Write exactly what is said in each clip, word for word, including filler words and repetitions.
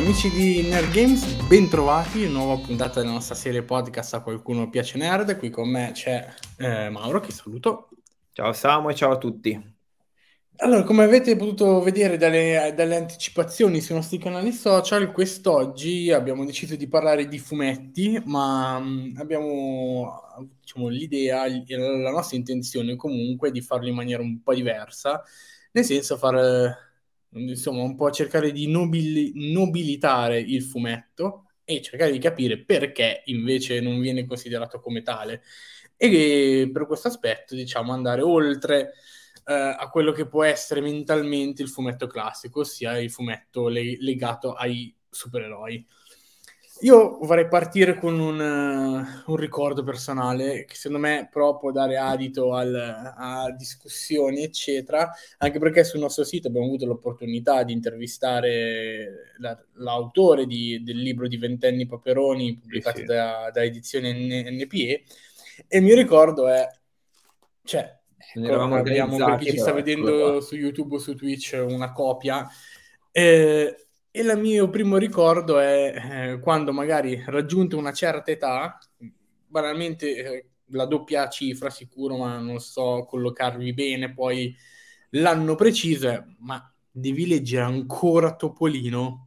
Amici di Nerd Games, bentrovati, nuova puntata della nostra serie podcast A Qualcuno Piace Nerd. Qui con me c'è eh, Mauro, che saluto. Ciao Samu e ciao a tutti. Allora, come avete potuto vedere dalle, dalle anticipazioni sui nostri canali social, quest'oggi abbiamo deciso di parlare di fumetti, ma mh, abbiamo, diciamo, l'idea, la nostra intenzione comunque è di farlo in maniera un po' diversa, nel senso far, eh, insomma, un po' cercare di nobili- nobilitare il fumetto e cercare di capire perché invece non viene considerato come tale. E per questo aspetto, diciamo, andare oltre eh, a quello che può essere mentalmente il fumetto classico, ossia il fumetto le- legato ai supereroi. Io vorrei partire con un, uh, un ricordo personale che secondo me però può dare adito al, a discussioni, eccetera, anche perché sul nostro sito abbiamo avuto l'opportunità di intervistare la, l'autore di, del libro di Ventenni Paperoni Sì, pubblicato sì. da, da edizione N- N P E, e il mio ricordo è, cioè, Non ecco, eravamo abbiamo per chi organizzati, ci sta però eccolo vedendo qua. su YouTube o su Twitch una copia. Eh, e il mio primo ricordo è eh, quando magari raggiunto una certa età, banalmente eh, la doppia cifra sicuro, ma non so collocarvi bene, poi l'anno preciso è, ma devi leggere ancora Topolino?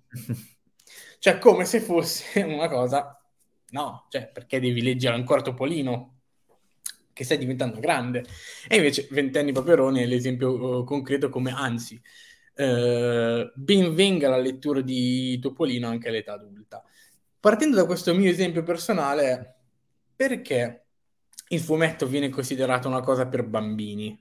Cioè, come se fosse una cosa, no, cioè, perché devi leggere ancora Topolino? Che stai diventando grande. E invece Ventenni Paperoni è l'esempio eh, concreto come, anzi, eh, ben venga la lettura di Topolino anche all'età adulta. Partendo da questo mio esempio personale, perché il fumetto viene considerato una cosa per bambini?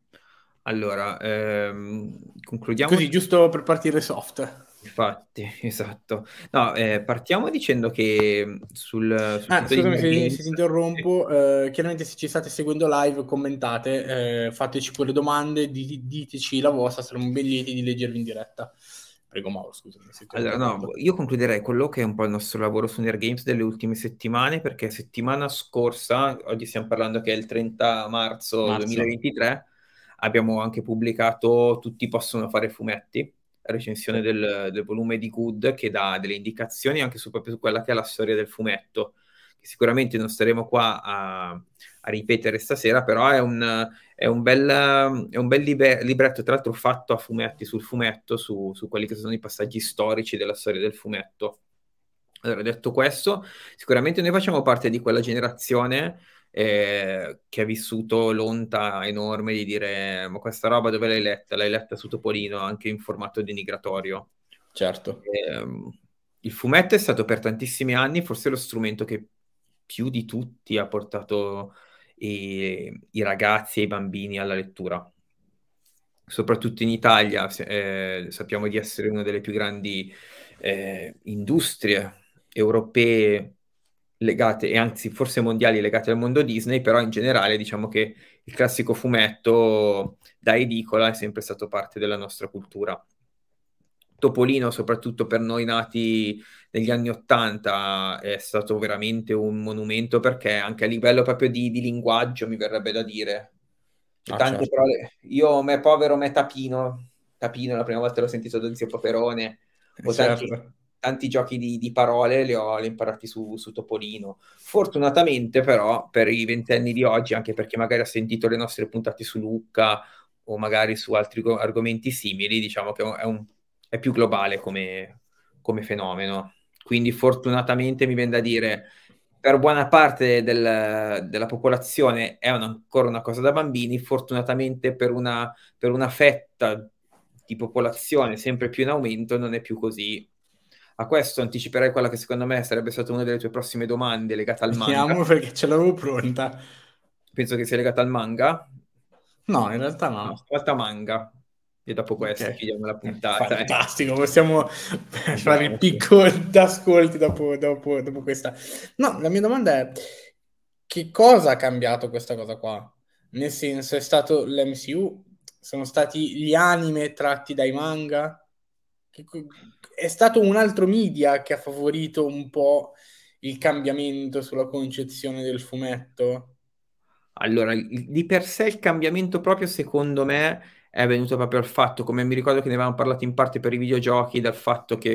Allora, ehm, concludiamo. Così, giusto per partire soft. Infatti, esatto. No, eh, partiamo dicendo che sul, sul Ah, sito di scusami Nerd se, se ti Games, sì. interrompo. Eh, chiaramente se ci state seguendo live, commentate, eh, fateci pure domande, di- diteci la vostra, saremo ben lieti di leggervi in diretta. Prego Mauro, scusami se ti ho Allora, no, interrotto. io concluderei quello che è un po' il nostro lavoro su Nerd Games delle ultime settimane, perché settimana scorsa, oggi stiamo parlando che è il trenta marzo Marzo. duemilaventitré, abbiamo anche pubblicato Tutti possono fare fumetti, recensione del, del volume di Good, che dà delle indicazioni anche su, proprio su quella che è la storia del fumetto, che sicuramente non staremo qua a, a ripetere stasera, però è un, è un bel, è un bel libe- libretto, tra l'altro fatto a fumetti, sul fumetto, su, su quelli che sono i passaggi storici della storia del fumetto. Allora, detto questo, sicuramente noi facciamo parte di quella generazione eh, che ha vissuto l'onta enorme di dire ma questa roba dove l'hai letta? L'hai letta su Topolino, anche in formato denigratorio. Certo. Ehm, il fumetto è stato per tantissimi anni forse lo strumento che più di tutti ha portato i, i ragazzi e i bambini alla lettura. Soprattutto in Italia, se- eh, sappiamo di essere una delle più grandi eh, industrie europee legate, e anzi forse mondiali legate al mondo Disney, però in generale diciamo che il classico fumetto da edicola è sempre stato parte della nostra cultura. Topolino, soprattutto per noi nati negli anni Ottanta, è stato veramente un monumento perché anche a livello proprio di, di linguaggio mi verrebbe da dire. Cioè, Ah, tante certo. parole. Io, me povero, me tapino. Tapino, la prima volta l'ho sentito da Zio Paperone. O tanti, Certo. tanti giochi di, di parole li ho, li ho imparati su, su Topolino. Fortunatamente, però, per i ventenni di oggi, anche perché magari ha sentito le nostre puntate su Lucca o magari su altri go- argomenti simili, diciamo che è, un- è più globale come, come fenomeno. Quindi, fortunatamente, mi viene da dire per buona parte del- della popolazione è una- ancora una cosa da bambini, fortunatamente per una, per una fetta di popolazione sempre più in aumento non è più così. A questo anticiperei quella che secondo me sarebbe stata una delle tue prossime domande legata al manga. Vediamo perché ce l'avevo pronta. Penso che sia legata al manga. No, in realtà No, no. stavolta manga. E dopo questo Ok. chiudiamo la puntata. Ecco. Fantastico, possiamo fare il Andiamo. picco d'ascolti dopo, dopo, dopo questa. No, la mia domanda è: che cosa ha cambiato questa cosa qua? Nel senso, è stato l'M C U? Sono stati gli anime tratti dai manga? Che co- È stato un altro media che ha favorito un po' il cambiamento sulla concezione del fumetto? Allora, il- di per sé il cambiamento proprio secondo me è venuto proprio al fatto, come mi ricordo che ne avevamo parlato in parte per i videogiochi, dal fatto che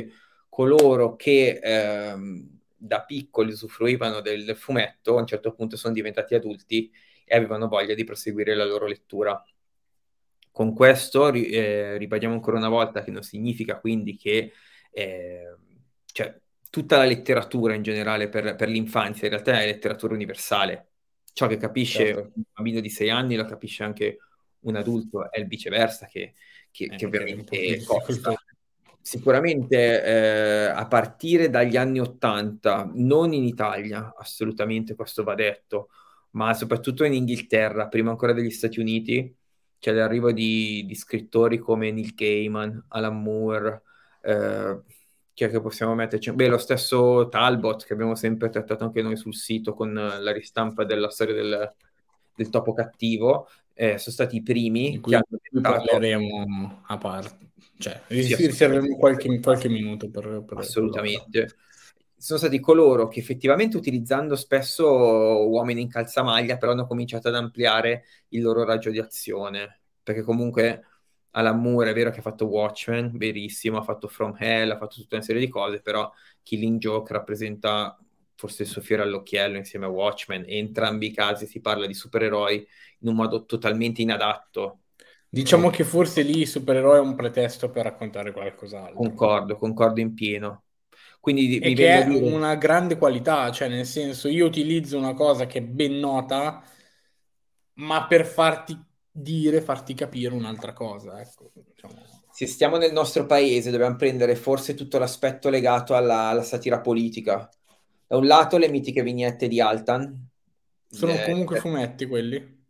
coloro che ehm, da piccoli usufruivano del fumetto, a un certo punto sono diventati adulti e avevano voglia di proseguire la loro lettura. Con questo ri- eh, ribadiamo ancora una volta che non significa quindi che eh, cioè, tutta la letteratura in generale per, per l'infanzia in realtà è letteratura universale. Ciò che capisce Certo. un bambino di sei anni lo capisce anche un adulto, è il viceversa che, che- che Eh, che è un po' più ovviamente costa. difficoltoso. Sicuramente eh, a partire dagli anni Ottanta, non in Italia, assolutamente questo va detto, ma soprattutto in Inghilterra, prima ancora degli Stati Uniti, c'è l'arrivo di, di scrittori come Neil Gaiman, Alan Moore, eh, chi è che possiamo metterci? Beh, lo stesso Talbot che abbiamo sempre trattato anche noi sul sito con la ristampa della storia del, del topo cattivo, eh, sono stati i Di primi che cui, hanno di cui tentato, parleremo a parte, cioè sì, ris- riserveremo assolutamente, qualche, qualche minuto per, per quello. assolutamente. Sono stati coloro che effettivamente utilizzando spesso uomini in calzamaglia, però hanno cominciato ad ampliare il loro raggio di azione, perché comunque Alan Moore è vero che ha fatto Watchmen, verissimo, ha fatto From Hell, ha fatto tutta una serie di cose, però Killing Joke rappresenta forse il suo fiore all'occhiello insieme a Watchmen, e in entrambi i casi si parla di supereroi in un modo totalmente inadatto. Con- Diciamo che forse lì il supereroe è un pretesto per raccontare qualcos'altro. concordo, concordo in pieno. Quindi E mi viene da che è dire, una grande qualità, cioè nel senso io utilizzo una cosa che è ben nota, ma per farti dire, farti capire un'altra cosa, ecco, diciamo. se stiamo nel nostro paese, dobbiamo prendere forse tutto l'aspetto legato alla, alla satira politica. Da un lato le mitiche vignette di Altan. Sono le- comunque fumetti quelli?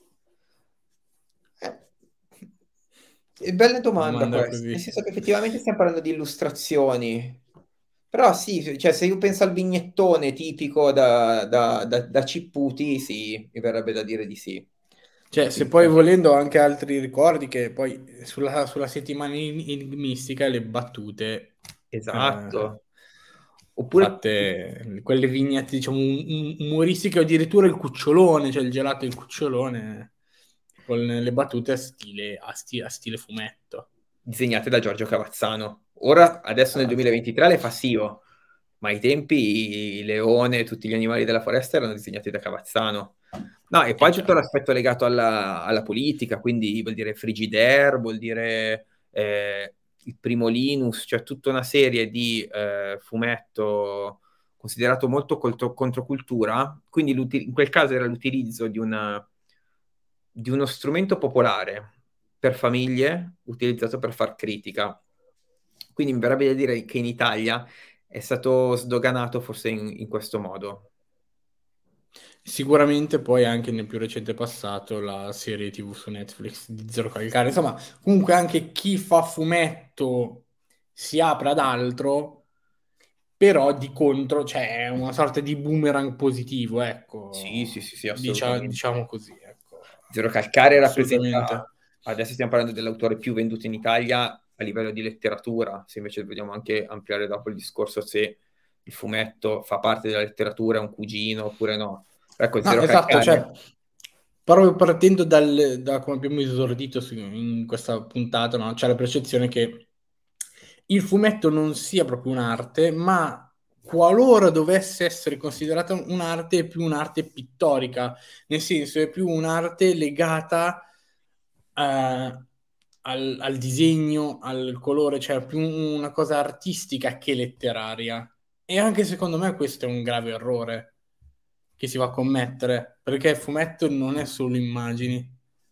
eh, è bella domanda Domanda questa, nel così. senso che effettivamente stiamo parlando di illustrazioni. Però sì, cioè se io penso al vignettone tipico da, da, da, da Cipputi, sì, mi verrebbe da dire di sì. Cioè, se poi Effettivamente. volendo ho anche altri ricordi che poi sulla, sulla settimana en- enigmistica le battute eh, Esatto. Oppure fatte, quelle vignette diciamo um- um- umoristiche o addirittura il cucciolone, cioè il gelato e il cucciolone con le battute a stile, a sti- a stile fumetto. disegnate da Giorgio Cavazzano. Ora, adesso nel Ah, duemilaventitré le fa Sio, ma ai tempi il leone e tutti gli animali della foresta erano disegnati da Cavazzano. No, e eh, poi tutto certo. l'aspetto legato alla, alla politica, quindi vuol dire Frigidaire, vuol dire eh, il primo Linus, cioè tutta una serie di eh, fumetto considerato molto contro- controcultura, quindi l'uti- in quel caso era l'utilizzo di una di uno strumento popolare per famiglie utilizzato per far critica. Quindi mi verrebbe da dire che in Italia è stato sdoganato forse in, in questo modo. Sicuramente poi anche nel più recente passato la serie T V su Netflix di Zero Calcare. Insomma, comunque anche chi fa fumetto si apre ad altro, però di contro c'è una sorta di boomerang positivo, Sì, sì, ecco, sì, sì, Dicia- assolutamente. diciamo così, ecco, Zero Calcare assolutamente. rappresenta, adesso stiamo parlando dell'autore più venduto in Italia a livello di letteratura, se invece vogliamo anche ampliare dopo il discorso se il fumetto fa parte della letteratura, è un cugino oppure no. Ecco, No, Zero esatto, cioè, Calcare, proprio partendo dal- da come abbiamo esordito su- in questa puntata, no? C'è la percezione che il fumetto non sia proprio un'arte, ma qualora dovesse essere considerata un'arte, è più un'arte pittorica, nel senso è più un'arte legata eh, al, al disegno, al colore, cioè più una cosa artistica che letteraria. E anche secondo me questo è un grave errore che si va a commettere, perché il fumetto non è solo immagini.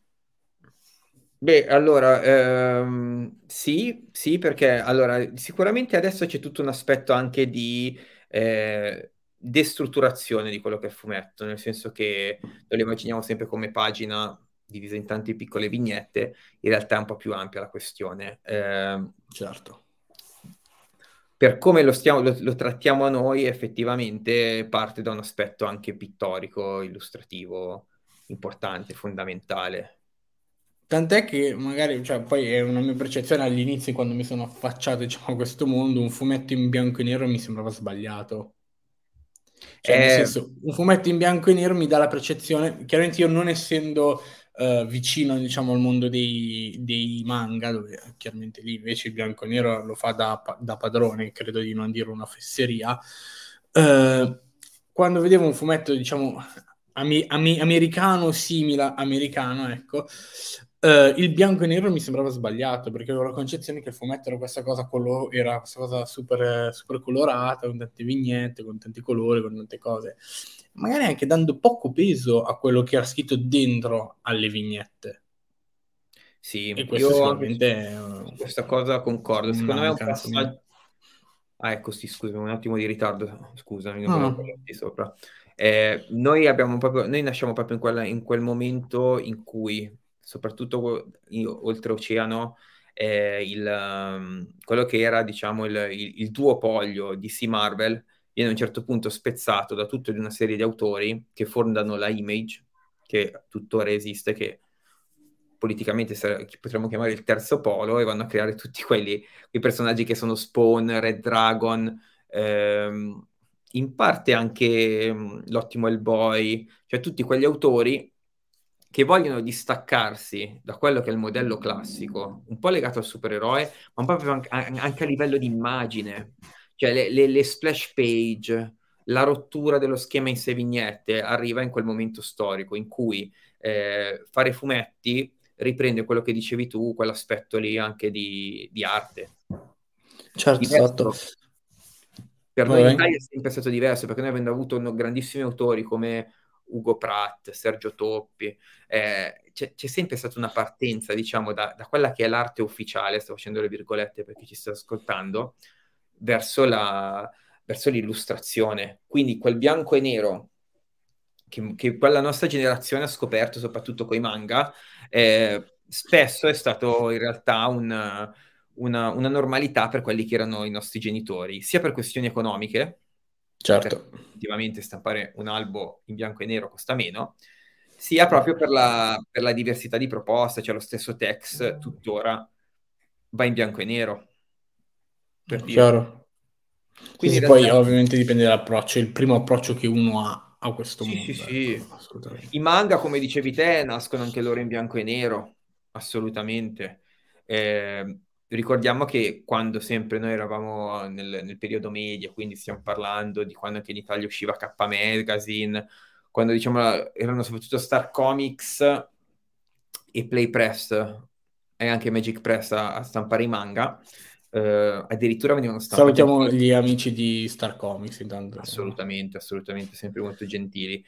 beh, allora, ehm, sì, sì, perché allora, sicuramente adesso c'è tutto un aspetto anche di eh, destrutturazione di quello che è il fumetto, nel senso che noi lo immaginiamo sempre come pagina divisa in tante piccole vignette, in realtà è un po' più ampia la questione. Ehm, Certo. per come lo, stiamo, lo, lo trattiamo noi, effettivamente parte da un aspetto anche pittorico, illustrativo, importante, fondamentale. Tant'è che magari, cioè, poi è una mia percezione all'inizio, quando mi sono affacciato, diciamo, a questo mondo, un fumetto in bianco e nero mi sembrava sbagliato. Cioè, nel Eh, senso, un fumetto in bianco e nero mi dà la percezione, chiaramente io non essendo eh, vicino, diciamo, al mondo dei, dei manga, dove chiaramente lì invece il bianco e nero lo fa da, pa- da padrone, credo di non dire una fesseria. Eh, Quando vedevo un fumetto, diciamo, ami- ami- americano, simile americano, ecco, eh, il bianco e nero mi sembrava sbagliato, perché avevo la concezione che il fumetto era questa cosa, colo- era questa cosa super, super colorata, con tante vignette, con tanti colori, con tante cose. Magari anche dando poco peso a quello che era scritto dentro alle vignette. E Sì, questo io anche su sicuramente è su uh, questa cosa concordo. una Secondo me è un mancanza mia. passaggio. Ah, ecco, sì, scusami, un attimo di ritardo, scusami, non No, volevo no, parlarti sopra. Eh, noi abbiamo proprio, noi nasciamo proprio in, quella- in quel momento in cui, soprattutto in- oltreoceano, eh, il, um, quello che era, diciamo, il, il, il duopolio D C Marvel viene a un certo punto spezzato da tutta una serie di autori che fondano la Image, che tuttora esiste, che politicamente sare- che potremmo chiamare il terzo polo, e vanno a creare tutti quelli, quei personaggi che sono Spawn, Red Dragon, ehm, in parte anche mh, l'ottimo Hellboy, cioè tutti quegli autori che vogliono distaccarsi da quello che è il modello classico, un po' legato al supereroe, ma proprio anche, anche a livello di immagine, cioè le, le- le splash page, la rottura dello schema in sei vignette arriva in quel momento storico in cui eh, fare fumetti riprende quello che dicevi tu, quell'aspetto lì anche di, di arte. certo, esatto. Diverso. Per noi in Vabbè, Italia è sempre stato diverso, perché noi avendo avuto no- grandissimi autori come Ugo Pratt, Sergio Toppi, eh, c'è, c'è sempre stata una partenza, diciamo, da, da quella che è l'arte ufficiale, sto facendo le virgolette per chi ci sta ascoltando, verso la, verso l'illustrazione. Quindi quel bianco e nero che, che quella nostra generazione ha scoperto, soprattutto con i manga, eh, spesso è stato in realtà un- una, una normalità per quelli che erano i nostri genitori, sia per questioni economiche, perché certo, effettivamente stampare un albo in bianco e nero costa meno, sia proprio per la, per la diversità di proposte, cioè lo stesso Tex tuttora va in bianco e nero, per dire. chiaro. Sì, Quindi sì, in poi realtà ovviamente dipende dall'approccio, il primo approccio che uno ha a questo sì, sì, mondo, ecco, sì. I assolutamente. manga, come dicevi te, nascono anche loro in bianco e nero, assolutamente. Eh, ricordiamo che quando sempre noi eravamo nel, nel periodo medio, quindi stiamo parlando di quando anche in Italia usciva K Magazine, quando diciamo erano soprattutto Star Comics e Play Press e anche Magic Press a, a stampare i manga, eh, addirittura venivano stampati anche. Salutiamo gli amici di Star Comics, intanto. Assolutamente, assolutamente, sempre molto gentili.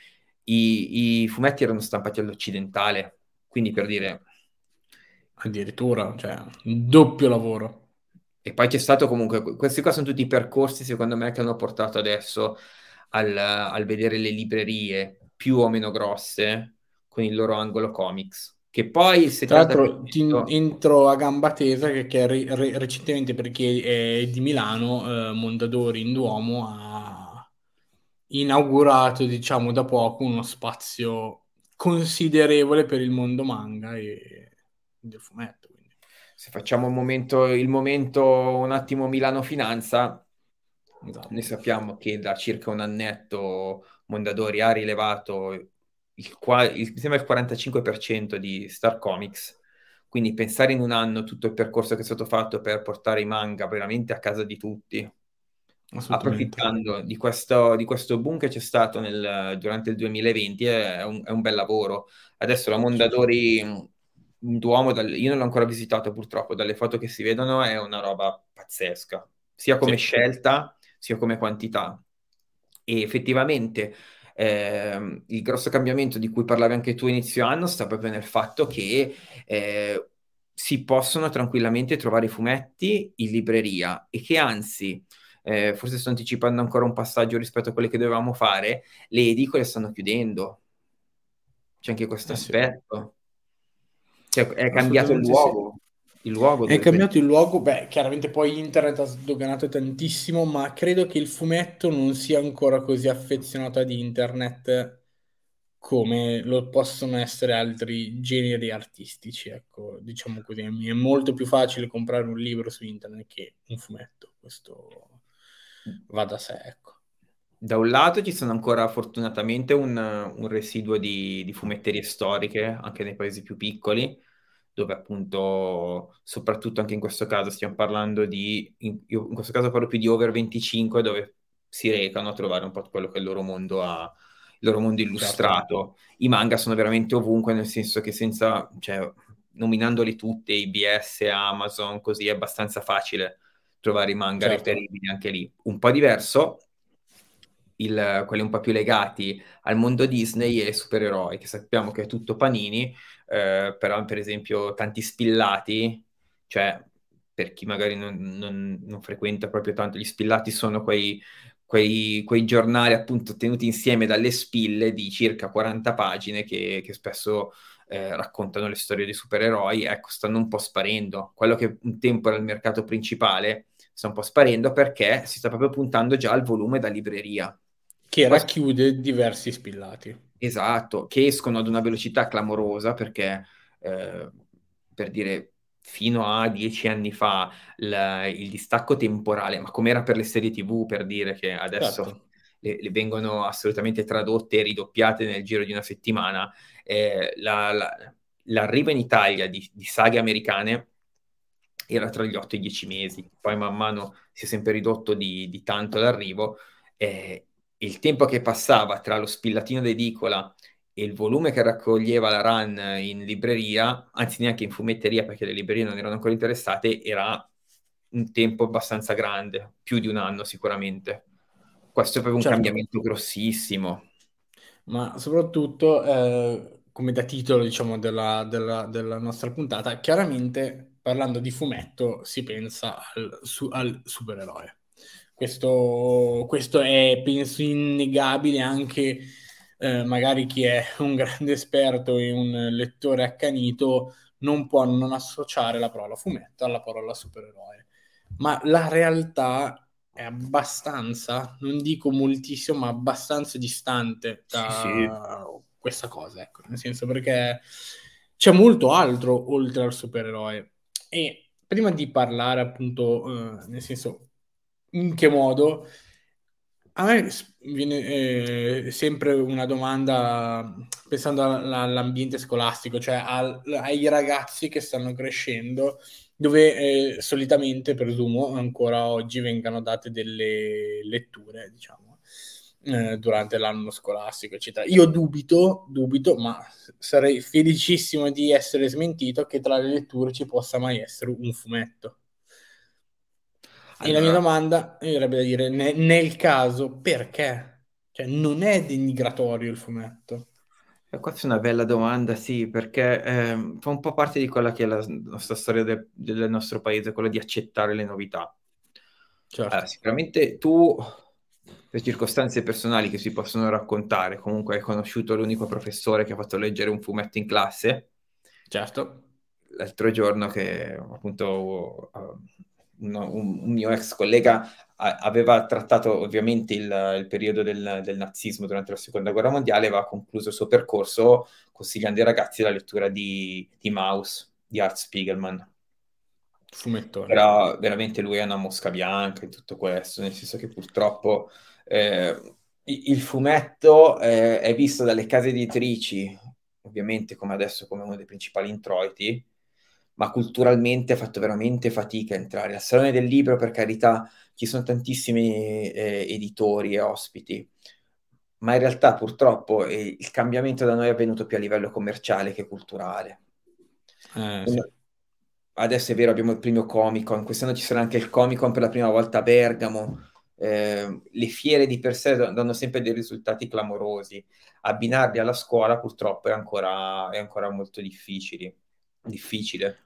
I, i fumetti erano stampati all'occidentale, quindi per dire. Addirittura, cioè, un doppio lavoro. E poi c'è stato comunque, questi qua sono tutti i percorsi, secondo me, che hanno portato adesso al, al vedere le librerie più o meno grosse con il loro angolo comics, che poi il Tra l'altro ti settanta per cento. entro a gamba tesa che, che re- re- recentemente, perché è di Milano, eh, Mondadori in Duomo ha inaugurato, diciamo, da poco uno spazio considerevole per il mondo manga e del fumetto. Quindi. Se facciamo un momento, il momento un attimo Milano Finanza, noi Esatto. sappiamo che da circa un annetto Mondadori ha rilevato il, qua- il- mi sembra il quarantacinque per cento di Star Comics, quindi pensare in un anno tutto il percorso che è stato fatto per portare i manga veramente a casa di tutti, Assolutamente. approfittando di questo, di questo boom che c'è stato nel- durante il duemilaventi, è un, è un bel lavoro. Adesso la Sì, sì. Mondadori in Duomo, dal- io non l'ho ancora visitato purtroppo, dalle foto che si vedono è una roba pazzesca, sia come Sì. scelta sia come quantità. E effettivamente ehm, il grosso cambiamento di cui parlavi anche tu inizio anno sta proprio nel fatto che eh, si possono tranquillamente trovare i fumetti in libreria e che anzi, eh, forse sto anticipando ancora un passaggio rispetto a quelli che dovevamo fare, le edicole stanno chiudendo. C'è anche questo Eh sì. aspetto. Cioè, è cambiato il Assolutamente sì. luogo, il luogo È dove puoi. cambiato il luogo, beh, chiaramente poi internet ha sdoganato tantissimo, ma credo che il fumetto non sia ancora così affezionato ad internet come lo possono essere altri generi artistici, ecco, diciamo così. Mi è molto più facile comprare un libro su internet che un fumetto, questo va da sé, ecco. Da un lato ci sono ancora fortunatamente un, un residuo di, di fumetterie storiche, anche nei paesi più piccoli, dove appunto, soprattutto anche in questo caso, stiamo parlando di, in, io in questo caso parlo più di over venticinque, dove si recano a trovare un po' quello che è il loro mondo, ha, il loro mondo Certo, illustrato. I manga sono veramente ovunque, nel senso che senza, cioè, nominandoli tutte, I B S, Amazon, così è abbastanza facile trovare i manga certo. reperibili anche lì. Un po' diverso il- quelli un po' più legati al mondo Disney e supereroi, che sappiamo che è tutto Panini, eh, però per esempio tanti spillati, cioè per chi magari non, non- non frequenta proprio tanto, gli spillati sono quei, quei- quei giornali appunto tenuti insieme dalle spille di circa quaranta pagine che, che spesso eh, raccontano le storie dei supereroi, ecco, stanno un po' sparendo. Quello che un tempo era il mercato principale sta un po' sparendo perché si sta proprio puntando già al volume da libreria. Che Poi racchiude diversi spillati. esatto, che escono ad una velocità clamorosa perché, eh, per dire, fino a dieci anni fa il, il distacco temporale, ma come era per le serie T V, per dire che Certo, adesso le, le vengono assolutamente tradotte e ridoppiate nel giro di una settimana, eh, la- la- l'arrivo in Italia di, di saghe americane era tra gli otto e i dieci mesi, poi man mano si è sempre ridotto di, di tanto l'arrivo. eh, il tempo che passava tra lo spillatino d'edicola e il volume che raccoglieva la run in libreria, anzi neanche in fumetteria perché le librerie non erano ancora interessate, era un tempo abbastanza grande, più di un anno sicuramente. Questo è proprio un certo. cambiamento grossissimo. Ma soprattutto, eh, come da titolo, diciamo, della, della- della nostra puntata, chiaramente parlando di fumetto si pensa al, su- al supereroe. Questo, questo è, penso, innegabile anche, eh, magari chi è un grande esperto e un lettore accanito non può non associare la parola fumetto alla parola supereroe. Ma la realtà è abbastanza, non dico moltissimo, ma abbastanza distante Sì, sì. da questa cosa, ecco, nel senso perché c'è molto altro oltre al supereroe. E prima di parlare appunto, eh, nel senso, in che modo, a me s- viene eh, sempre una domanda pensando alla- all'ambiente scolastico, cioè al- ai ragazzi che stanno crescendo dove eh, solitamente, presumo, ancora oggi vengano date delle letture, diciamo, eh, durante l'anno scolastico, eccetera. Io dubito, dubito, ma sarei felicissimo di essere smentito che tra le letture ci possa mai essere un fumetto. E la mia Allora, domanda mi verrebbe da dire, ne- nel caso, perché? Cioè, non è denigratorio il fumetto. e questa è una bella domanda, sì, perché ehm, fa un po' parte di quella che è la nostra storia del, del nostro paese, quella di accettare le novità. Allora, Certo, sicuramente tu, per circostanze personali che si possono raccontare, comunque hai conosciuto l'unico professore che ha fatto leggere un fumetto in classe, certo. l'altro giorno che appunto eh, uno- un, un mio ex collega a- aveva trattato ovviamente il, il periodo del, del nazismo durante la seconda guerra mondiale, aveva concluso il suo percorso consigliando ai ragazzi la lettura di, di Maus, di Art Spiegelman. Fumettone. Però veramente lui è una mosca bianca in tutto questo, nel senso che purtroppo eh, i- il fumetto eh, è visto dalle case editrici, ovviamente come adesso come uno dei principali introiti, ma culturalmente ha fatto veramente fatica a entrare. Al Salone del Libro, per carità, ci sono tantissimi eh, editori e ospiti, ma in realtà purtroppo eh, il cambiamento da noi è avvenuto più a livello commerciale che culturale. Eh, sì. Adesso è vero, abbiamo il primo Comic Con, quest'anno ci sarà anche il Comic Con per la prima volta a Bergamo. Eh, le fiere di per sé do- danno sempre dei risultati clamorosi. Abbinarli alla scuola purtroppo è ancora, è ancora molto difficili- difficile.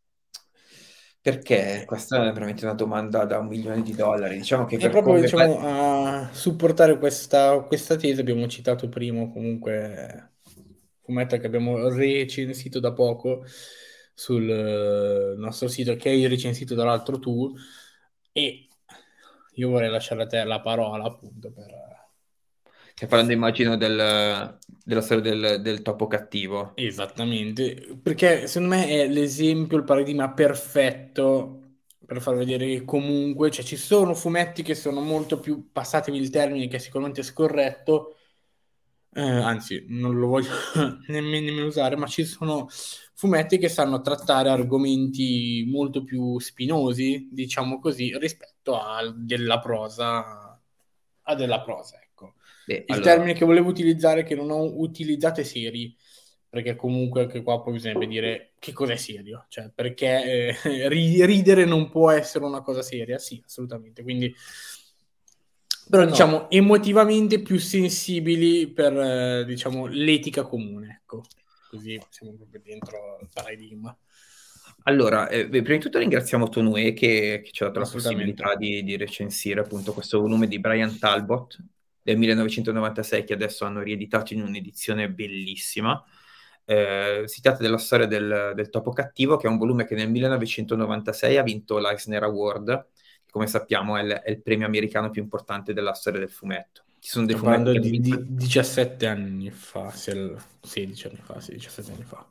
Perché? Questa è veramente una domanda da un milione di dollari. Diciamo che E per proprio come va... diciamo a supportare questa, questa tesi abbiamo citato prima comunque fumetto che abbiamo recensito da poco sul eh, nostro sito, che hai recensito tra l'altro tu, e io vorrei lasciare a te la parola appunto per... Stai parlando, immagino, del- della storia del, del topo cattivo. Esattamente, perché secondo me è l'esempio, il paradigma perfetto per far vedere che comunque, cioè, ci sono fumetti che sono molto più, passatemi il termine che sicuramente è scorretto, eh, anzi non lo voglio nemmeno, nemmeno usare, ma ci sono fumetti che sanno trattare argomenti molto più spinosi, diciamo così, rispetto a della prosa, a della prosa, ecco. Beh, Il allora, termine che volevo utilizzare, che non ho utilizzato, è seri, perché comunque anche qua poi bisognerebbe dire che cos'è serio, cioè perché eh, ri- ridere non può essere una cosa seria, sì, assolutamente, quindi però no, diciamo emotivamente più sensibili per eh, diciamo l'etica comune, ecco, così siamo proprio dentro il paradigma, allora, eh, beh, prima di tutto ringraziamo Tonue che, che ci ha dato la assolutamente. possibilità di, di recensire appunto questo volume di Brian Talbot del millenovecentonovantasei che adesso hanno rieditato in un'edizione bellissima. Eh, si tratta della storia del, del topo cattivo, che è un volume che nel millenovecentonovantasei ha vinto l'Eisner Award, che come sappiamo è il, è il premio americano più importante della storia del fumetto. Ci sono dei Stiamo fumetti parlando che hanno di, vinto. di diciassette anni fa, se il- sedici anni fa, sì, diciassette anni fa,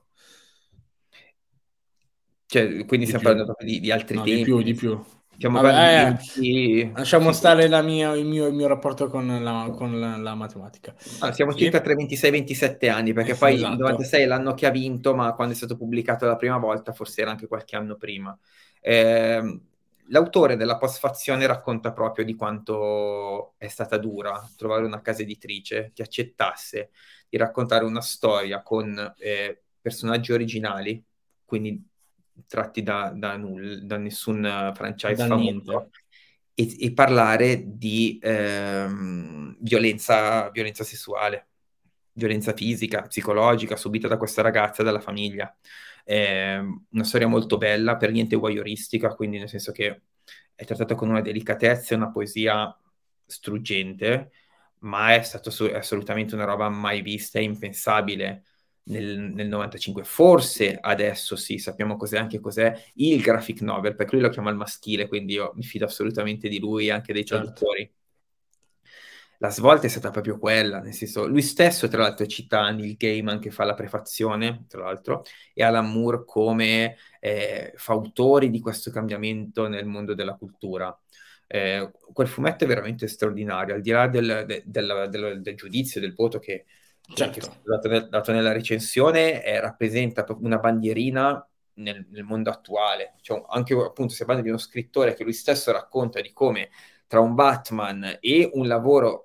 Cioè, quindi di stiamo più, parlando proprio di, di altri no, di tempi, più, nel di senso- più. stiamo parlando di Vabbè, eh, venti. lasciamo Sì, sì. stare la mia- il mio, il mio rapporto con la, con la, la matematica. Ah, siamo Sì, circa tra i ventisei ventisette anni, perché eh, poi il esatto, novantasei è l'anno che ha vinto, ma quando è stato pubblicato la prima volta, forse era anche qualche anno prima. Ehm, L'autore della postfazione racconta proprio di quanto è stata dura trovare una casa editrice che accettasse di raccontare una storia con eh, personaggi originali, quindi tratti da, da, null- da nessun eh, franchise da niente. famoso, e, e parlare di ehm, violenza, violenza sessuale, violenza fisica, psicologica subita da questa ragazza e dalla famiglia. È una storia molto bella, per niente voyeuristica, quindi nel senso che è trattata con una delicatezza e una poesia struggente, ma è stato assu- assolutamente una roba mai vista e impensabile nel, nel novantacinque. Forse adesso sì, sappiamo cos'è, anche cos'è il graphic novel, perché lui lo chiama il maschile, quindi io mi fido assolutamente di lui e anche dei Certo. traduttori. La svolta è stata proprio quella, nel senso, lui stesso tra l'altro cita Neil Gaiman che fa la prefazione, tra l'altro, e Alan Moore come eh, fautori di questo cambiamento nel mondo della cultura. Eh, quel fumetto è veramente straordinario, al di là del, de- del- del- del giudizio, del voto che, che, che è Certo, stato dato, nel- dato nella recensione, eh, rappresenta proprio una bandierina nel, nel mondo attuale. Cioè, anche appunto si parla di uno scrittore che lui stesso racconta di come tra un Batman e un lavoro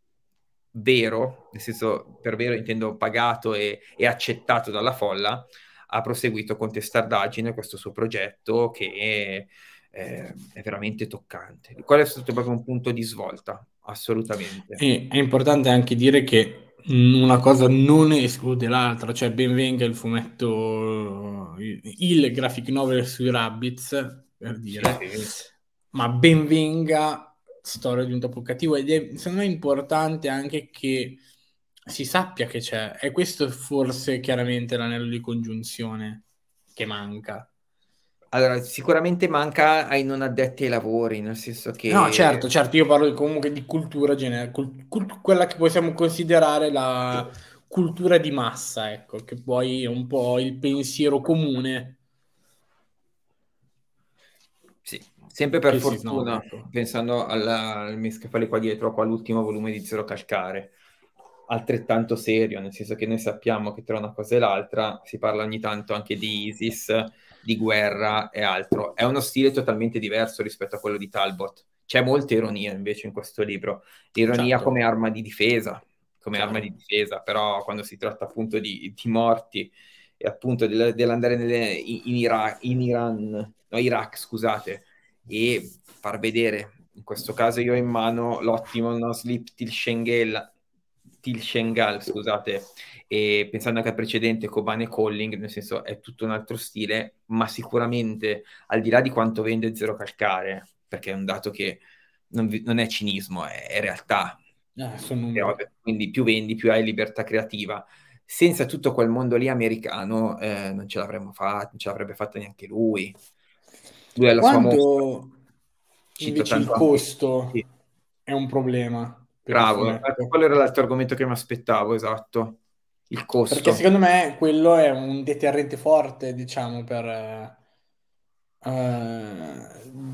vero, nel senso per vero intendo pagato e, e accettato dalla folla, ha proseguito con testardaggine questo suo progetto che è, è veramente toccante. Quello è stato proprio un punto di svolta, assolutamente. e è importante anche dire che mh, una cosa non esclude l'altra, cioè ben venga il fumetto, il, il graphic novel sui Rabbids, per Sì, dire, sì. ma ben venga Storia di un topo cattivo ed è secondo me importante anche che si sappia che c'è, e questo forse chiaramente l'anello di congiunzione che manca. Allora, sicuramente manca ai non addetti ai lavori, nel senso No, certo, che certo, io parlo comunque di cultura generale, quella che possiamo considerare la cultura di massa, ecco, che poi è un po' il pensiero comune sì, sempre per che si snobba, fortuna, ecco. pensando alla- al mescafale qua dietro, qua all'ultimo volume di Zero Calcare, altrettanto serio, nel senso che noi sappiamo che tra una cosa e l'altra si parla ogni tanto anche di ISIS, di guerra e altro. È uno stile totalmente diverso rispetto a quello di Talbot. C'è molta ironia invece in questo libro, ironia Certo, come arma di difesa, come arma di chiaro. difesa, però quando si tratta appunto di, di morti e appunto del- dell'andare nelle- in, in Ira- in Iran, no, Iraq, scusate, e far vedere. In questo caso io ho in mano l'ottimo No Sleep Till Shengal, Till Shengal, scusate, e pensando anche al precedente Kobane Calling, nel senso è tutto un altro stile, ma sicuramente al di là di quanto vende Zero Calcare, perché è un dato che non, vi- non è cinismo, è, è realtà. Eh, sono È numeri. ovvio. Quindi più vendi, più hai libertà creativa. Senza tutto quel mondo lì americano, eh, non ce l'avremmo fatta, non ce l'avrebbe fatta neanche lui. Lui ha la sua mostra. Quanto Cito invece il tanto anche. costo Sì, è un problema per il bravo. Ecco, fumetto? quello era l'altro argomento che mi aspettavo, esatto. Il Perché costo. secondo me quello è un deterrente forte, diciamo, per, eh,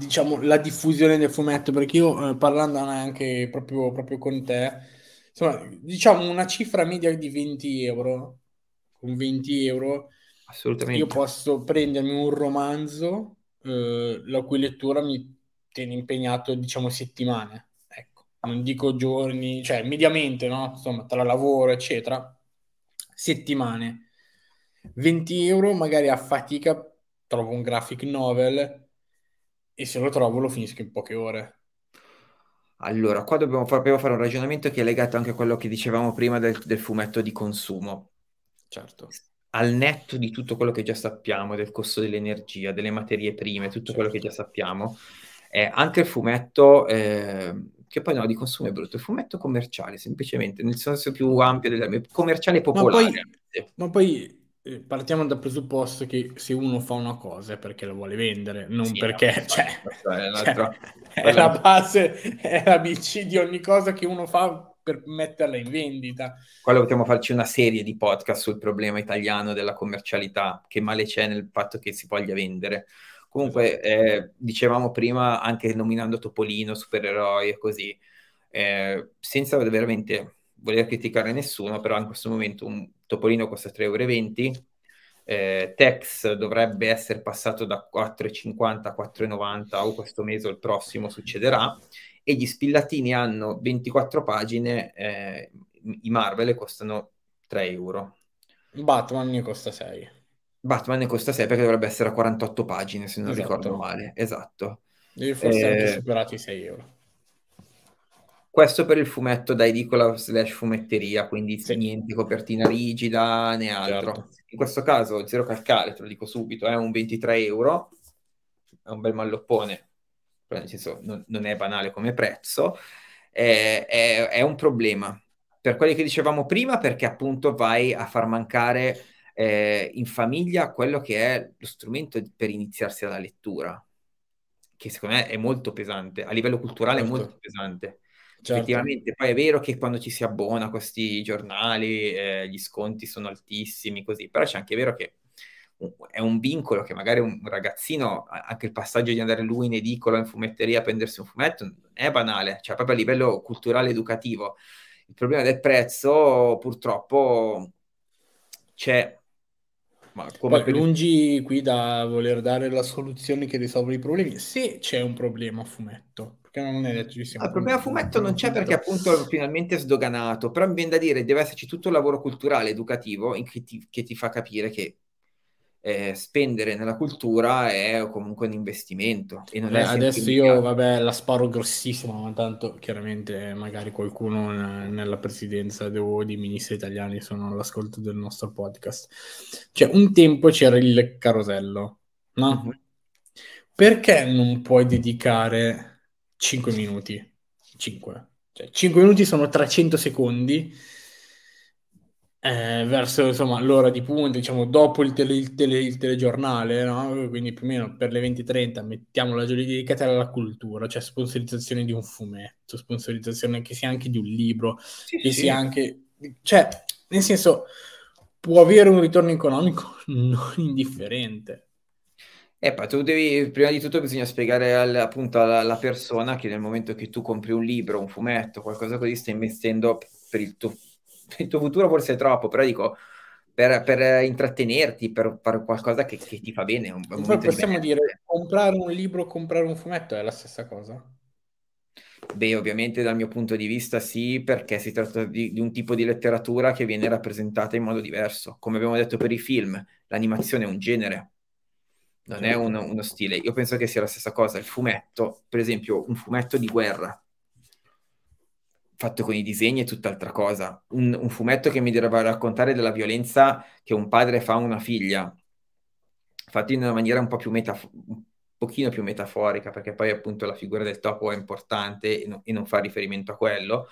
diciamo, la diffusione del fumetto, perché io eh, parlando anche proprio, proprio con te, insomma, diciamo una cifra media di venti euro, con venti euro io Assolutamente. posso prendermi un romanzo, eh, la cui lettura mi tiene impegnato, diciamo, settimane, ecco, non dico giorni, cioè mediamente, no? Insomma, tra lavoro, eccetera, settimane. venti euro magari a fatica trovo un graphic novel e se lo trovo lo finisco in poche ore. Allora, qua dobbiamo proprio fare un ragionamento che è legato anche a quello che dicevamo prima del, del fumetto di consumo. Certo, Al netto di tutto quello che già sappiamo, del costo dell'energia, delle materie prime, tutto quello che già certo. sappiamo, eh, anche il fumetto, eh, che poi no, di consumo è brutto, il fumetto commerciale, semplicemente, nel senso più ampio, del, commerciale Ma popolare. poi, Anzi. ma poi eh, partiamo dal presupposto che se uno fa una cosa è perché la vuole vendere, non Sì, no, perché, cioè, infatti, questo è cioè, l'altro, è quello è la un- base, è la B C di ogni cosa che uno fa per metterla in vendita. quello potremmo farci una serie di podcast sul problema italiano della commercialità, che male c'è nel fatto che si voglia vendere. Comunque, Esatto. eh, dicevamo prima, anche nominando Topolino, supereroi e così, eh, senza veramente voler criticare nessuno, però in questo momento un Topolino costa tre euro e venti, eh, Tex dovrebbe essere passato da quattro e cinquanta a quattro e novanta o questo mese o il prossimo succederà, e gli spillatini hanno ventiquattro pagine, eh, i Marvel e costano tre euro. Batman ne costa sei. Batman ne costa sei perché dovrebbe essere a quarantotto pagine, se non ricordo Esatto. male. Esatto. Devi forse anche Eh, superato i sei euro. Questo per il fumetto da edicola slash fumetteria, quindi Sì, niente copertina rigida né altro. certo. In questo caso, zero calcare, te lo dico subito, è un ventitré euro, è un bel malloppone, però nel senso non, non è banale come prezzo, è, è- è un problema. Per quelli che dicevamo prima, perché appunto vai a far mancare eh, in famiglia quello che è lo strumento per iniziarsi alla lettura, che secondo me è molto pesante, a livello culturale è molto Certo, pesante. certo. Effettivamente, poi è vero che quando ci si abbona a questi giornali, eh, gli sconti sono altissimi, così, però c'è anche vero che un- è un vincolo che magari un ragazzino, a- anche il passaggio di andare lui in edicola, in fumetteria a prendersi un fumetto, non è banale, cioè proprio a livello culturale educativo. Il problema del prezzo purtroppo c'è, ma come Poi, per il... lungi qui da voler dare la soluzione che risolve i problemi, se c'è un problema a fumetto, perché non è detto ci sia No, un il problema problema fumetto prima non di c'è perché tutto. appunto finalmente è sdoganato, però mi viene da dire deve esserci tutto il lavoro culturale, educativo, in che ti, che ti fa capire che eh, spendere nella cultura è comunque un investimento e non Vabbè, è sempre adesso io, immediato. vabbè, la sparo grossissima, ma tanto chiaramente magari qualcuno ne- nella presidenza o dei ministri italiani sono all'ascolto del nostro podcast. Cioè, un tempo c'era il carosello, Mhm. no? Perché non puoi dedicare cinque minuti? cinque. Cioè, cinque minuti sono trecento secondi eh, verso insomma l'ora di punta, diciamo dopo il, tele- il tele- il telegiornale, no? Quindi più o meno per le venti e trenta mettiamo la giornata dedicata alla cultura, cioè sponsorizzazione di un fumetto, sponsorizzazione che sia anche di un libro, Sì, che sia sì. anche, cioè, nel senso, può avere un ritorno economico non indifferente. E poi tu devi, prima di tutto bisogna spiegare al- appunto alla, alla persona che nel momento che tu compri un libro, un fumetto, qualcosa così, stai investendo per il tuo, per il tuo futuro, forse è troppo, però dico, per, per intrattenerti, per fare qualcosa che, che ti fa bene, è un, è un Poi momento di possiamo dire benessere. comprare un libro, comprare un fumetto è la stessa cosa. Beh, ovviamente dal mio punto di vista sì, perché si tratta di, di un tipo di letteratura che viene rappresentata in modo diverso. Come abbiamo detto per i film, l'animazione è un genere, non è Certo. uno, uno stile. Io penso che sia la stessa cosa. Il fumetto, per esempio, un fumetto di guerra fatto con i disegni è tutt'altra cosa. Un, un fumetto che mi deve raccontare della violenza che un padre fa a una figlia, fatto in una maniera un po' più metaf- un pochino più metaforica, perché poi appunto la figura del topo è importante e, no- e non fa riferimento a quello.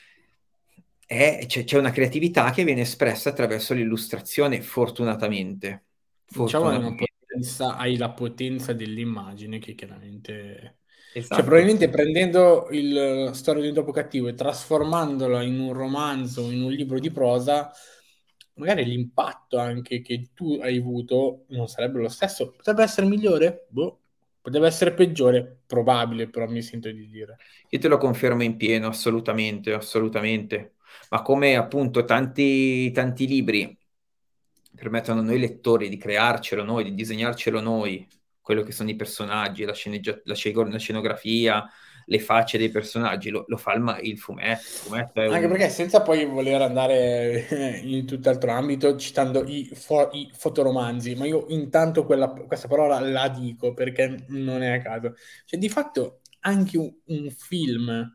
E c'è, c'è una creatività che viene espressa attraverso l'illustrazione, fortunatamente. Diciamo hai una Fortunatamente. potenza, hai la potenza dell'immagine che chiaramente... Cioè, Esatto. probabilmente prendendo il Storia di un topo cattivo e trasformandola in un romanzo, in un libro di prosa, magari l'impatto anche che tu hai avuto non sarebbe lo stesso. Potrebbe essere migliore? Boh. Poteva essere peggiore, probabile, però mi sento di dire. Io te lo confermo in pieno, assolutamente, assolutamente. Ma come appunto tanti, tanti libri permettono a noi lettori di crearcelo noi, di disegnarcelo noi, quello che sono i personaggi, la, sceneggia- la, scego- la scenografia, le facce dei personaggi, lo, lo fa il, ma- il fumetto. Il fumetto è Anche un... perché senza poi voler andare in tutt'altro ambito citando i, fo- i fotoromanzi, ma io intanto quella- questa parola la dico perché non è a caso. Cioè, di fatto anche un, un film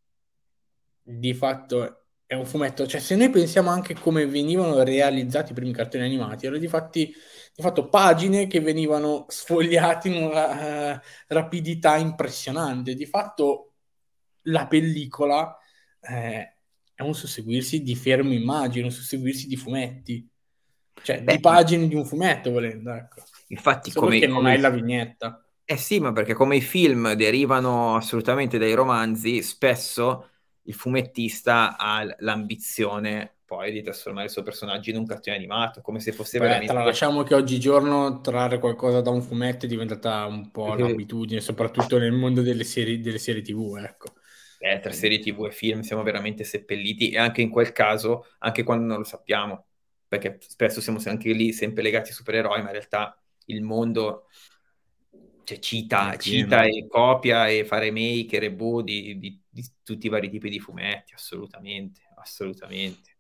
di fatto è un fumetto. Cioè, se noi pensiamo anche come venivano realizzati i primi cartoni animati, erano di fatti, di fatto pagine che venivano sfogliate in una eh, rapidità impressionante. Di fatto la pellicola eh, è un susseguirsi di fermo immagine, un susseguirsi di fumetti, cioè Beh, di pagine di un fumetto, volendo, ecco. infatti Solo come, che non come hai i la vignetta. Eh sì, ma perché come i film derivano assolutamente dai romanzi, spesso il fumettista ha l- l'ambizione poi di trasformare il suo personaggio in un cartone animato, come se fosse Beh, veramente... tralasciamo che oggigiorno trarre qualcosa da un fumetto è diventata un po' eh, l'abitudine, soprattutto nel mondo delle serie, delle serie T V, ecco. eh, tra Quindi, serie T V e film siamo veramente seppelliti e anche in quel caso, anche quando non lo sappiamo, perché spesso siamo anche lì sempre legati ai supereroi, ma in realtà il mondo cioè, è cita, cita pieno. e copia e fa remake e reboot di, di- di tutti i vari tipi di fumetti, assolutamente, assolutamente.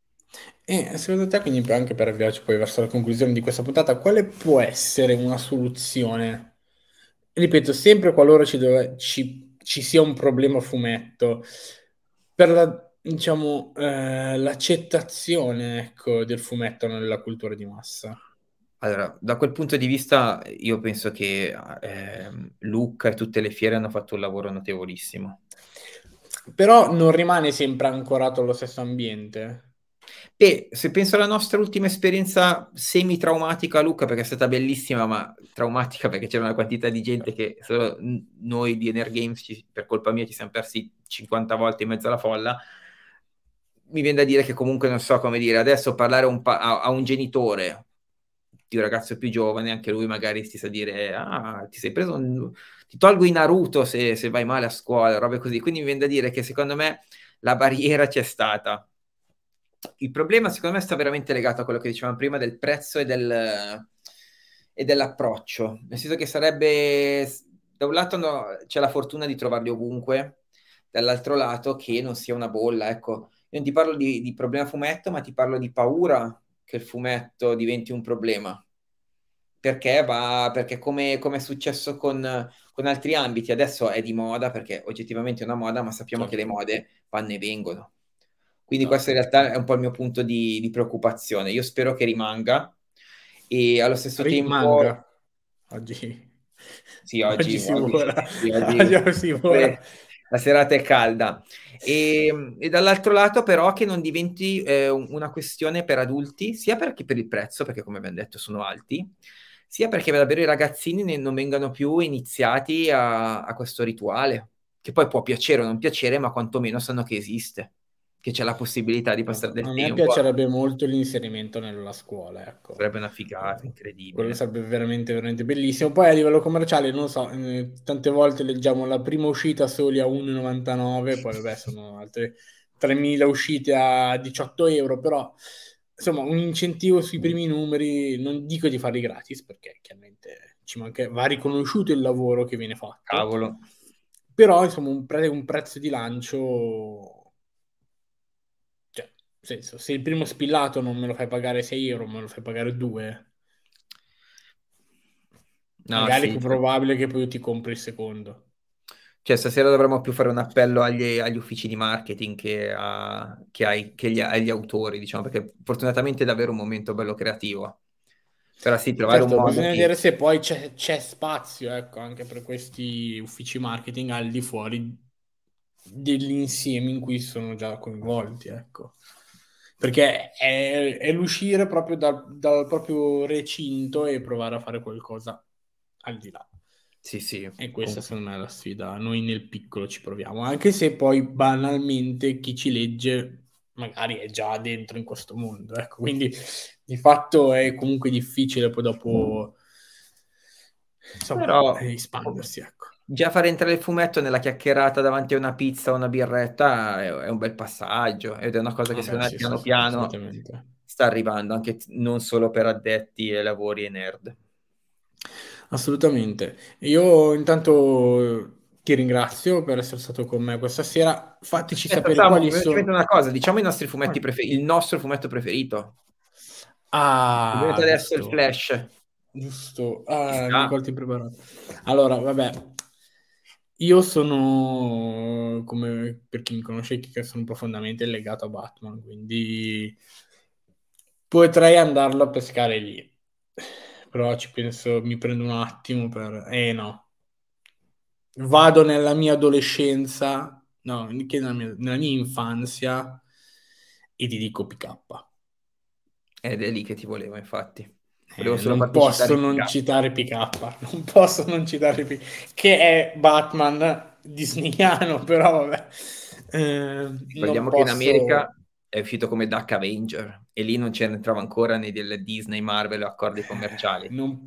E secondo te, quindi anche per avviarci poi verso la conclusione di questa puntata, quale può essere una soluzione? Ripeto, sempre qualora ci, dove- ci- ci sia un problema fumetto, per la, diciamo, eh, l'accettazione, ecco, del fumetto nella cultura di massa. Allora, da quel punto di vista, io penso che ehm, Lucca e tutte le fiere hanno fatto un lavoro notevolissimo. Però non rimane sempre ancorato allo stesso ambiente. E se penso alla nostra ultima esperienza semi-traumatica a Lucca, perché è stata bellissima, ma traumatica perché c'era una quantità di gente che solo n- noi di Energames, ci- per colpa mia, ci siamo persi cinquanta volte in mezzo alla folla. Mi viene da dire che comunque non so come dire, adesso parlare un pa- a, a un genitore di un ragazzo più giovane, anche lui magari si sa dire, ah, ti sei preso un... ti tolgo i Naruto se, se vai male a scuola, robe così. Quindi mi viene da dire che secondo me la barriera c'è stata. Il problema secondo me sta veramente legato a quello che dicevamo prima del prezzo e, del, e dell'approccio. Nel senso che sarebbe, da un lato no, c'è la fortuna di trovarli ovunque, dall'altro lato che non sia una bolla. Ecco, io non ti parlo di, di problema fumetto, ma ti parlo di paura che il fumetto diventi un problema. Perché va, perché come, come è successo con, con altri ambiti, adesso è di moda, perché oggettivamente è una moda, ma sappiamo che le Certo, mode vanno e vengono. Quindi questo in certo. realtà è un po' il mio punto di, di preoccupazione. Io spero che rimanga e allo stesso tempo, Rimanga. Oggi, sì, oggi oggi, si oggi, sì, vola. sì, sì, oggi Oggi si vola. la serata è calda. E, e dall'altro lato però che non diventi eh, una questione per adulti, sia perché per il prezzo, perché come abbiamo detto sono alti, sia perché davvero i ragazzini ne- non vengano più iniziati a, a questo rituale, che poi può piacere o non piacere, ma quantomeno sanno che esiste, che c'è la possibilità di passare Certo. del A me tempo. piacerebbe molto l'inserimento nella scuola, ecco. Sarebbe una figata Eh, Quello incredibile. sarebbe veramente, veramente bellissimo. Poi a livello commerciale, non so, eh, tante volte leggiamo la prima uscita soli a uno e novantanove, poi vabbè sono altre tremila uscite a diciotto euro, però insomma un incentivo sui primi numeri, non dico di farli gratis, perché chiaramente ci manca, va riconosciuto il lavoro che viene fatto, Cavolo. però insomma un, pre- un prezzo di lancio, cioè, nel senso, se il primo spillato non me lo fai pagare sei euro, me lo fai pagare due, No, magari è sì. più probabile che poi ti compri il secondo. Cioè, stasera dovremmo più fare un appello agli, agli uffici di marketing che, a- che ai- che gli- agli autori, diciamo, perché fortunatamente è davvero un momento bello creativo. Però sì, trovare un Certo, modo bisogna che... vedere se poi c'è c'è spazio, ecco, anche per questi uffici marketing al di fuori dell'insieme in cui sono già coinvolti, ecco. Perché è, è l'uscire proprio dal, dal proprio recinto e provare a fare qualcosa al di là. Sì, sì, E questa con- secondo me è la sfida. Noi nel piccolo ci proviamo, anche se poi banalmente chi ci legge magari è già dentro in questo mondo. Ecco, quindi di fatto è comunque difficile poi dopo insomma, Però eh, espandersi, ecco. già fare entrare il fumetto nella chiacchierata davanti a una pizza o una birretta è, è un bel passaggio ed è una cosa che Ah beh, secondo me sì, sì, piano sì, piano assolutamente. sta arrivando, anche t- non solo per addetti ai lavori e nerd. Assolutamente. Io intanto ti ringrazio per essere stato con me questa sera. Fateci Aspetta, sapere Samu, quali mi è venuta in mente sono... una cosa, diciamo i nostri fumetti Vai. preferiti, il nostro fumetto preferito. Mi è venuto Ah, adesso il giusto, Flash. giusto. Ci Ah, mi hai sta. colto impreparato. Allora, vabbè, io sono, come per chi mi conosce, che sono profondamente legato a Batman, quindi potrei andarlo a pescare lì. Però ci penso, mi prendo un attimo per... Eh no. Vado nella mia adolescenza, no, che nella mia, nella mia infanzia e ti dico P K. Ed è lì che ti volevo, infatti. Volevo Eh, solo non farti citare posso il non P K. citare P K, non posso non citare P K, che è Batman disneyano, però vabbè. Eh, non Ricordiamo che in posso, America è uscito come Duck Avenger e lì non c'entrava ancora né delle Disney, Marvel o accordi commerciali. non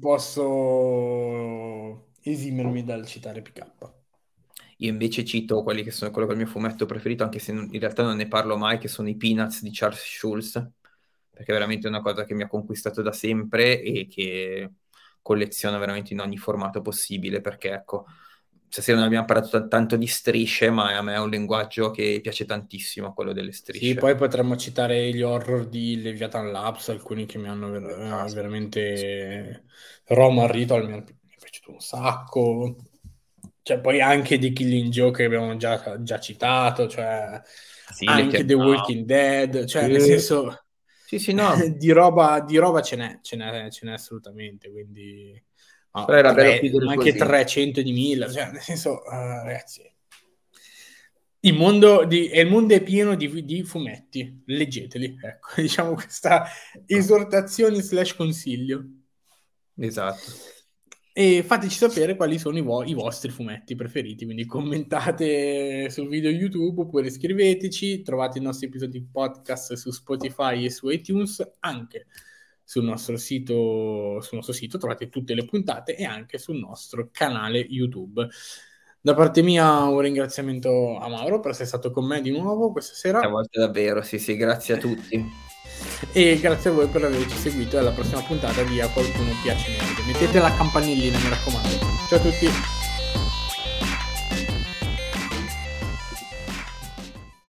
posso esimermi dal citare P K. Io invece cito quelli che sono quello che è il mio fumetto preferito, anche se non- in realtà non ne parlo mai, che sono i Peanuts di Charles Schulz, perché è veramente una cosa che mi ha conquistato da sempre e che colleziono veramente in ogni formato possibile, perché ecco, stasera non abbiamo parlato t- tanto di strisce, ma a me è un linguaggio che piace tantissimo, quello delle Sì, strisce. poi potremmo citare gli horror di Leviathan Labs, alcuni che mi hanno ver- eh, Fantastico. veramente Roma Ritual mi è, mi è piaciuto un sacco. Cioè, poi anche di Killing Joke che abbiamo già, già citato, cioè Sì, le anche The chiamiamo. Walking Dead, cioè nel Sì, senso sì, sì, no. di roba, di roba ce n'è, ce n'è, ce n'è assolutamente, quindi Però no, era bello tre, chiudere ma anche così. trecento di mille, cioè nel senso, eh, ragazzi. Il mondo, di, e il mondo è pieno di, di fumetti, leggeteli, ecco, diciamo questa esortazione slash consiglio. Esatto. E fateci sapere quali sono i, vo- i vostri fumetti preferiti, quindi commentate sul video YouTube oppure scriveteci, trovate i nostri episodi di podcast su Spotify e su iTunes, anche sul nostro sito, sul nostro sito trovate tutte le puntate e anche sul nostro canale YouTube. Da parte mia un ringraziamento a Mauro per essere stato con me di nuovo questa A sera volte davvero, sì, sì, grazie a tutti. e grazie a voi per averci seguito e alla prossima puntata di A Qualcuno Piace Nerd. Mettete la campanellina, mi raccomando. Ciao a tutti!